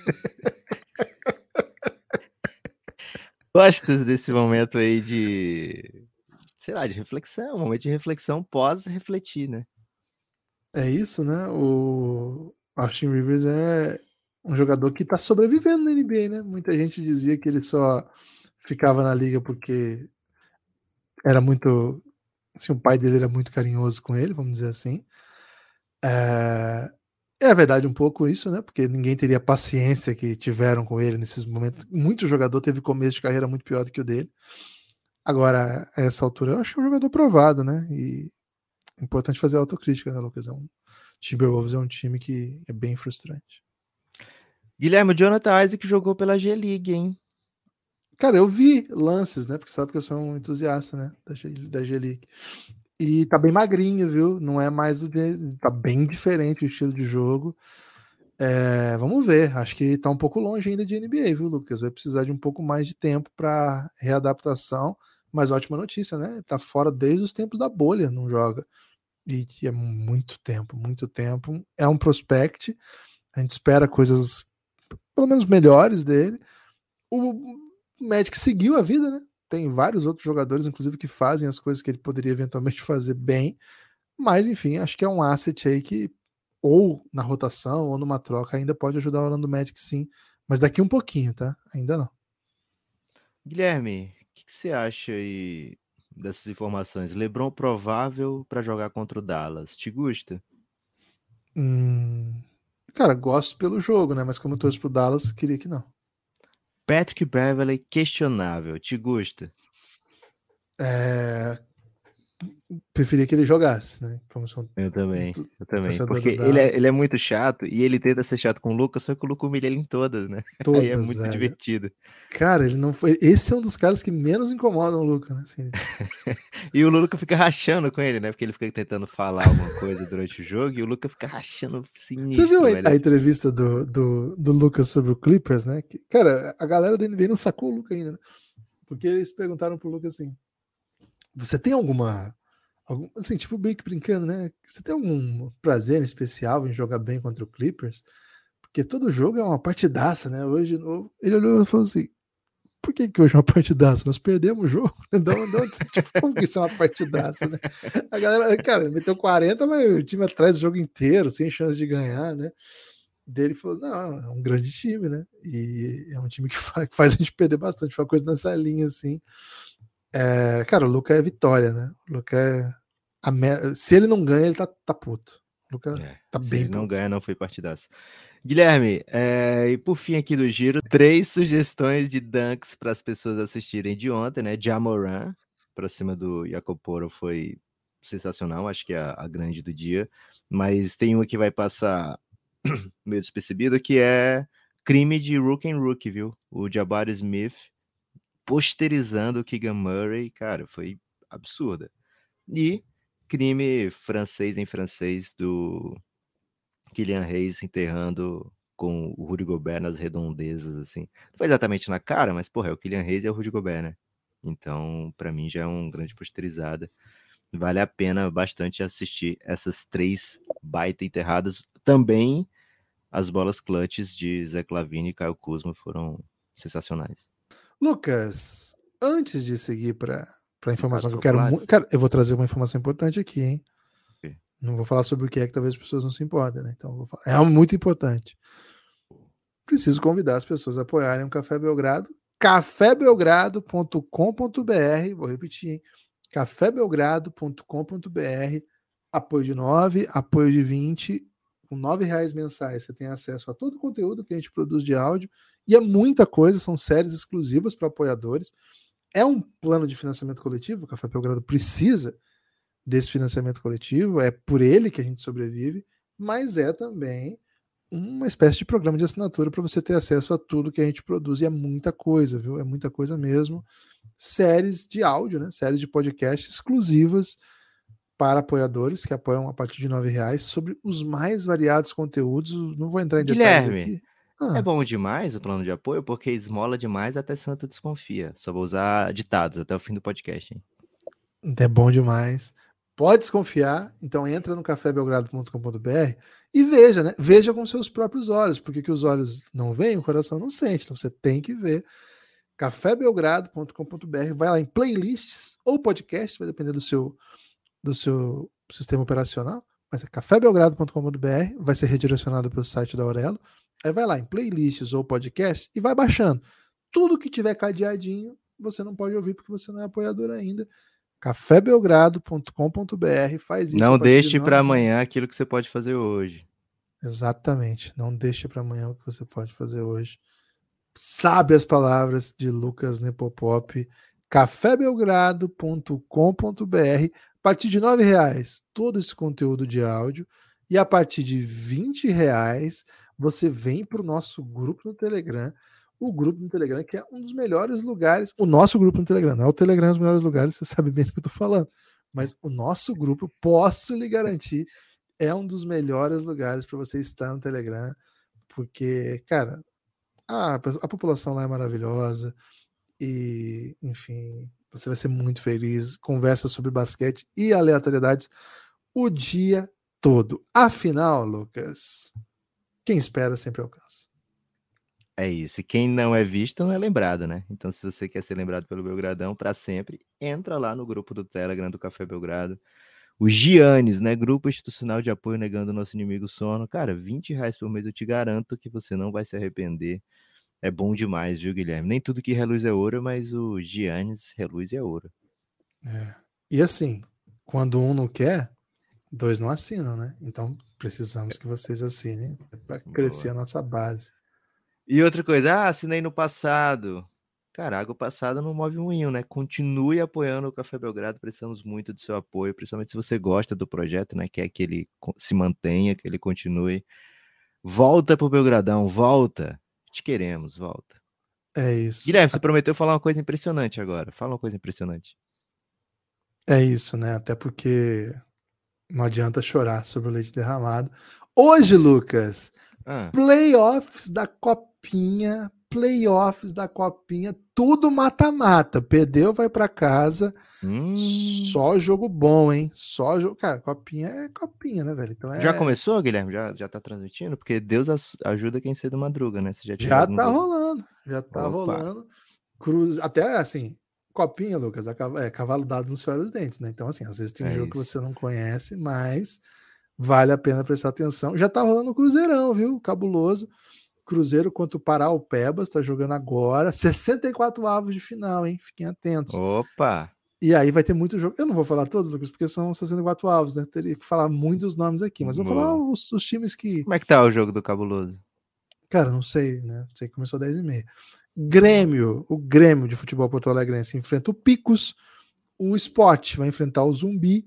Gostas desse momento aí de, sei lá, de reflexão, um momento de reflexão pós-refletir, né? É isso, né? O Austin Rivers é um jogador que tá sobrevivendo na N B A, né? Muita gente dizia que ele só ficava na liga porque era muito Assim, o pai dele era muito carinhoso com ele, vamos dizer assim. É, é verdade um pouco isso, né? Porque ninguém teria a paciência que tiveram com ele nesses momentos. Muito jogador teve começo de carreira muito pior do que o dele. Agora, a essa altura, eu acho que é um jogador provado, né? E é importante fazer autocrítica, né, Lucas? É um Timberwolves é um time que é bem frustrante. Guilherme, o Jonathan Isaac jogou pela G-League, hein? Cara, eu vi lances, né? Porque sabe que eu sou um entusiasta, né? Da, G, da G-League. E tá bem magrinho, viu? Não é mais o... Tá bem diferente o estilo de jogo. É, vamos ver. Acho que tá um pouco longe ainda de N B A, viu, Lucas? Vai precisar de um pouco mais de tempo para readaptação. Mas ótima notícia, né? Tá fora desde os tempos da bolha, não joga. E é muito tempo, muito tempo. É um prospect. A gente espera coisas, pelo menos, melhores dele. O Magic seguiu a vida, né? Tem vários outros jogadores, inclusive, que fazem as coisas que ele poderia eventualmente fazer bem. Mas, enfim, acho que é um asset aí que, ou na rotação, ou numa troca, ainda pode ajudar o Orlando Magic, sim. Mas daqui um pouquinho, tá? Ainda não. Guilherme, o que, que você acha aí dessas informações? LeBron provável para jogar contra o Dallas. Te gusta? Hum... Cara, gosto pelo jogo, né? Mas como eu torço pro Dallas, queria que não. Patrick Beverley questionável. Te gusta? É... Preferia que ele jogasse, né? Como sou Eu também, um eu também. torcedor do Porque ele é, Dallas. ele é muito chato e ele tenta ser chato com o Lucas, só que o Lucas humilha ele em todas, né? Aí é Todas, muito velho. divertido. Cara, ele não foi. Esse é um dos caras que menos incomodam o Luca, né? Assim, E o Lucas fica rachando com ele, né? Porque ele fica tentando falar alguma coisa durante o jogo e o Lucas fica rachando Você viu sinistro, a, velho. a entrevista do, do, do Lucas sobre o Clippers, né? Que, cara, a galera do N B A não sacou o Luca ainda, né? Porque eles perguntaram pro Lucas assim: você tem alguma. Algum, assim, tipo, meio que brincando, né? Você tem algum prazer especial em jogar bem contra o Clippers? Porque todo jogo é uma partidaça, né? Hoje, ele olhou e falou assim: por que, que hoje é uma partidaça? Nós perdemos o jogo. Então, onde você, tipo, como que isso é uma partidaça, né? A galera, cara, meteu quarenta, mas o time atrás o jogo inteiro, sem chance de ganhar, né? Dele falou: não, é um grande time, né? E é um time que faz, que faz a gente perder bastante, foi uma coisa nessa linha, assim. É, cara, o Luca é vitória, né? O Luca é. A me... Se ele não ganha, ele tá, tá puto. O Luca É, tá se bem ele não puto. ganha, não foi partidaço. Guilherme, é, e por fim aqui do giro, três sugestões de dunks para as pessoas assistirem de ontem, né? Ja Morant, para cima do Jacoporo, foi sensacional, acho que é a, a grande do dia. Mas tem uma que vai passar meio despercebido, que é crime de Rook and Rookie, viu? O Jabari Smith posterizando o Keegan Murray, cara, foi absurda. E crime francês em francês do Kylian Reis enterrando com o Rudy Gobert nas redondezas, assim. Não foi exatamente na cara, mas, porra, é o Kylian Reis e é o Rudy Gobert, né? Então, pra mim, já é um grande posterizada. Vale a pena bastante assistir essas três baita enterradas. Também as bolas clutches de Zé Clavini e Caio Kuzma foram sensacionais. Lucas, antes de seguir para a informação Dados que eu quero muito. populares? Cara, eu vou trazer uma informação importante aqui, hein? Ok. Não vou falar sobre o que é que talvez as pessoas não se importem, né? Então, vou falar. É algo muito importante. Preciso convidar as pessoas a apoiarem o Café Belgrado. café belgrado ponto com ponto b r. Vou repetir, hein? café belgrado ponto com ponto b r. Apoio de nove, apoio de vinte. Com nove reais mensais, você tem acesso a todo o conteúdo que a gente produz de áudio. E é muita coisa, são séries exclusivas para apoiadores. É um plano de financiamento coletivo, o Café Belgrado precisa desse financiamento coletivo, é por ele que a gente sobrevive, mas é também uma espécie de programa de assinatura para você ter acesso a tudo que a gente produz, e é muita coisa, viu? É muita coisa mesmo. Séries de áudio, né? Séries de podcast exclusivas para apoiadores que apoiam a partir de nove reais sobre os mais variados conteúdos. Não vou entrar em detalhes Guilherme, aqui. é Ah, bom demais o plano de apoio, porque esmola demais até santo desconfia. Só vou usar ditados até o fim do podcast, hein? é bom demais. Pode desconfiar, então entra no café belgrado ponto com ponto b r e veja, né? Veja com seus próprios olhos, porque que os olhos não veem, o coração não sente. Então você tem que ver. café belgrado ponto com ponto b r, vai lá em playlists ou podcast, vai depender do seu, do seu sistema operacional, mas é café belgrado ponto com ponto b r, vai ser redirecionado para o site da Aurelo. Aí vai lá em playlists ou podcast e vai baixando. Tudo que tiver cadeadinho, você não pode ouvir porque você não é apoiador ainda. café belgrado ponto com ponto b r. Faz isso. Não deixe para amanhã aquilo que você pode fazer hoje. Exatamente. Não deixe para amanhã o que você pode fazer hoje. Sabe as palavras de Lucas Nepopop. café belgrado ponto com ponto b r. A partir de nove reais, todo esse conteúdo de áudio. E a partir de vinte reais, você vem para o nosso grupo no Telegram. O grupo no Telegram, que é um dos melhores lugares. O nosso grupo no Telegram, não é o Telegram dos melhores lugares, você sabe bem do que eu estou falando. Mas o nosso grupo, posso lhe garantir, é um dos melhores lugares para você estar no Telegram. Porque, cara, a, a população lá é maravilhosa. E, enfim, você vai ser muito feliz. Conversa sobre basquete e aleatoriedades o dia todo. Afinal, Lucas, quem espera sempre alcança. É isso. E quem não é visto não é lembrado, né? Então, se você quer ser lembrado pelo Belgradão para sempre, entra lá no grupo do Telegram do Café Belgrado. O Giannis, né? Grupo Institucional de Apoio Negando o Nosso Inimigo Sono. Cara, vinte reais por mês, eu te garanto que você não vai se arrepender. É bom demais, viu, Guilherme? Nem tudo que reluz é ouro, mas o Giannis reluz é ouro. É. E assim, quando um não quer, dois não assinam, né? Então precisamos que vocês assinem para crescer Boa. A nossa base. E outra coisa, ah, assinei no passado. Cara, água passada não move moinho, né? Continue apoiando o Café Belgrado, precisamos muito do seu apoio, principalmente se você gosta do projeto, né? Quer que ele se mantenha, que ele continue. Volta pro Belgradão, volta. Te queremos, volta. É isso. Guilherme, você prometeu falar uma coisa impressionante agora. Fala uma coisa impressionante. É isso, né? Até porque não adianta chorar sobre o leite derramado. Hoje, Lucas, ah. playoffs da Copinha, playoffs da Copinha, tudo mata-mata. Perdeu, vai para casa. Hum. Só jogo bom, hein? Só jogo. Cara, Copinha é Copinha, né, velho? Então é... Já começou, Guilherme? Já, já tá transmitindo? Porque Deus ajuda quem cedo madruga, né? Você já já tá jogo? rolando, já tá Opa. rolando. Cruz... Até assim, Copinha, Lucas, é cavalo dado nos olhos dentes, né? Então, assim, às vezes tem um é jogo isso. que você não conhece, mas vale a pena prestar atenção. Já tá rolando o Cruzeirão, viu? Cabuloso. Cruzeiro contra o Paraupebas, tá jogando agora. sessenta e quatro avos de final, hein? Fiquem atentos. Opa! E aí vai ter muito jogo. Eu não vou falar todos, Lucas, porque são sessenta e quatro avos, né? Teria que falar muitos nomes aqui, mas vou Boa. falar os, os times que... Como é que tá o jogo do Cabuloso? Cara, não sei, né? Sei que começou às dez e meia. Grêmio, o Grêmio de futebol Porto Alegrense enfrenta o Picos, o Sport vai enfrentar o Zumbi,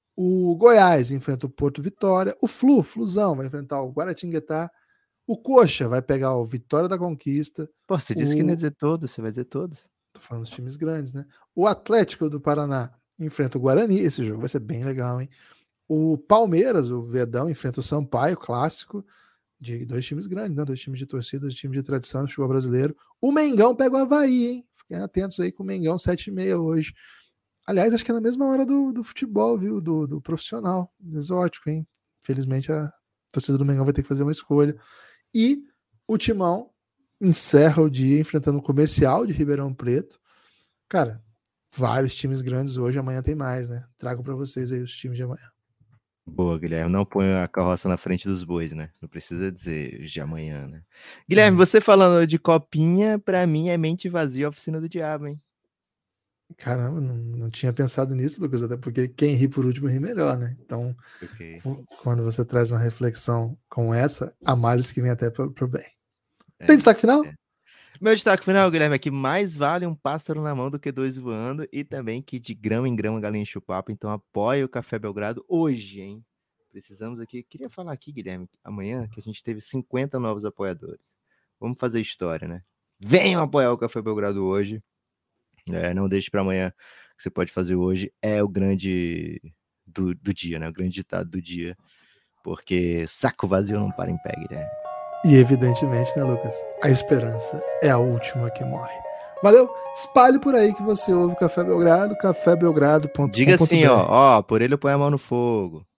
o Goiás enfrenta o Porto Vitória, o Flu, Flusão, vai enfrentar o Guaratinguetá, o Coxa vai pegar o Vitória da Conquista. Pô, você disse o... que não ia dizer todos, você vai dizer todos. Tô falando dos times grandes, né? O Atlético do Paraná enfrenta o Guarani, esse jogo vai ser bem legal, hein? O Palmeiras, o Verdão, enfrenta o Sampaio, clássico, de dois times grandes, né? Dois times de torcida, dois times de tradição no futebol brasileiro. O Mengão pega o Avaí, hein? Fiquem atentos aí com o Mengão, sete e meia hoje. Aliás, acho que é na mesma hora do, do futebol, viu? Do, do profissional. Exótico, hein? Infelizmente, a torcida do Mengão vai ter que fazer uma escolha. E o Timão encerra o dia enfrentando o Comercial de Ribeirão Preto. Cara, vários times grandes hoje, amanhã tem mais, né? Trago para vocês aí os times de amanhã. Boa, Guilherme, não põe a carroça na frente dos bois, né? Não precisa dizer de amanhã, né? Guilherme, hum. você falando de Copinha, pra mim é mente vazia, oficina do diabo, hein? Caramba, não, não tinha pensado nisso, Lucas, até porque quem ri por último ri melhor, né? Então, okay. quando você traz uma reflexão com essa, a males que vem até pro, pro bem. É, tem destaque final? É. Meu destaque final, Guilherme, é que mais vale um pássaro na mão do que dois voando e também que de grão em grão a galinha enche o papo, então apoie o Café Belgrado hoje, hein? Precisamos aqui, queria falar aqui, Guilherme, amanhã que a gente teve cinquenta novos apoiadores. Vamos fazer história, né? Venham apoiar o Café Belgrado hoje. É, não deixe para amanhã, o que você pode fazer hoje é o grande do, do dia, né? O grande ditado do dia, porque saco vazio não para em pé, Guilherme. E evidentemente, né, Lucas? A esperança é a última que morre. Valeu? Espalhe por aí que você ouve o Café Belgrado, café belgrado ponto com ponto b r. Diga assim, ó, ó, por ele eu ponho a mão no fogo.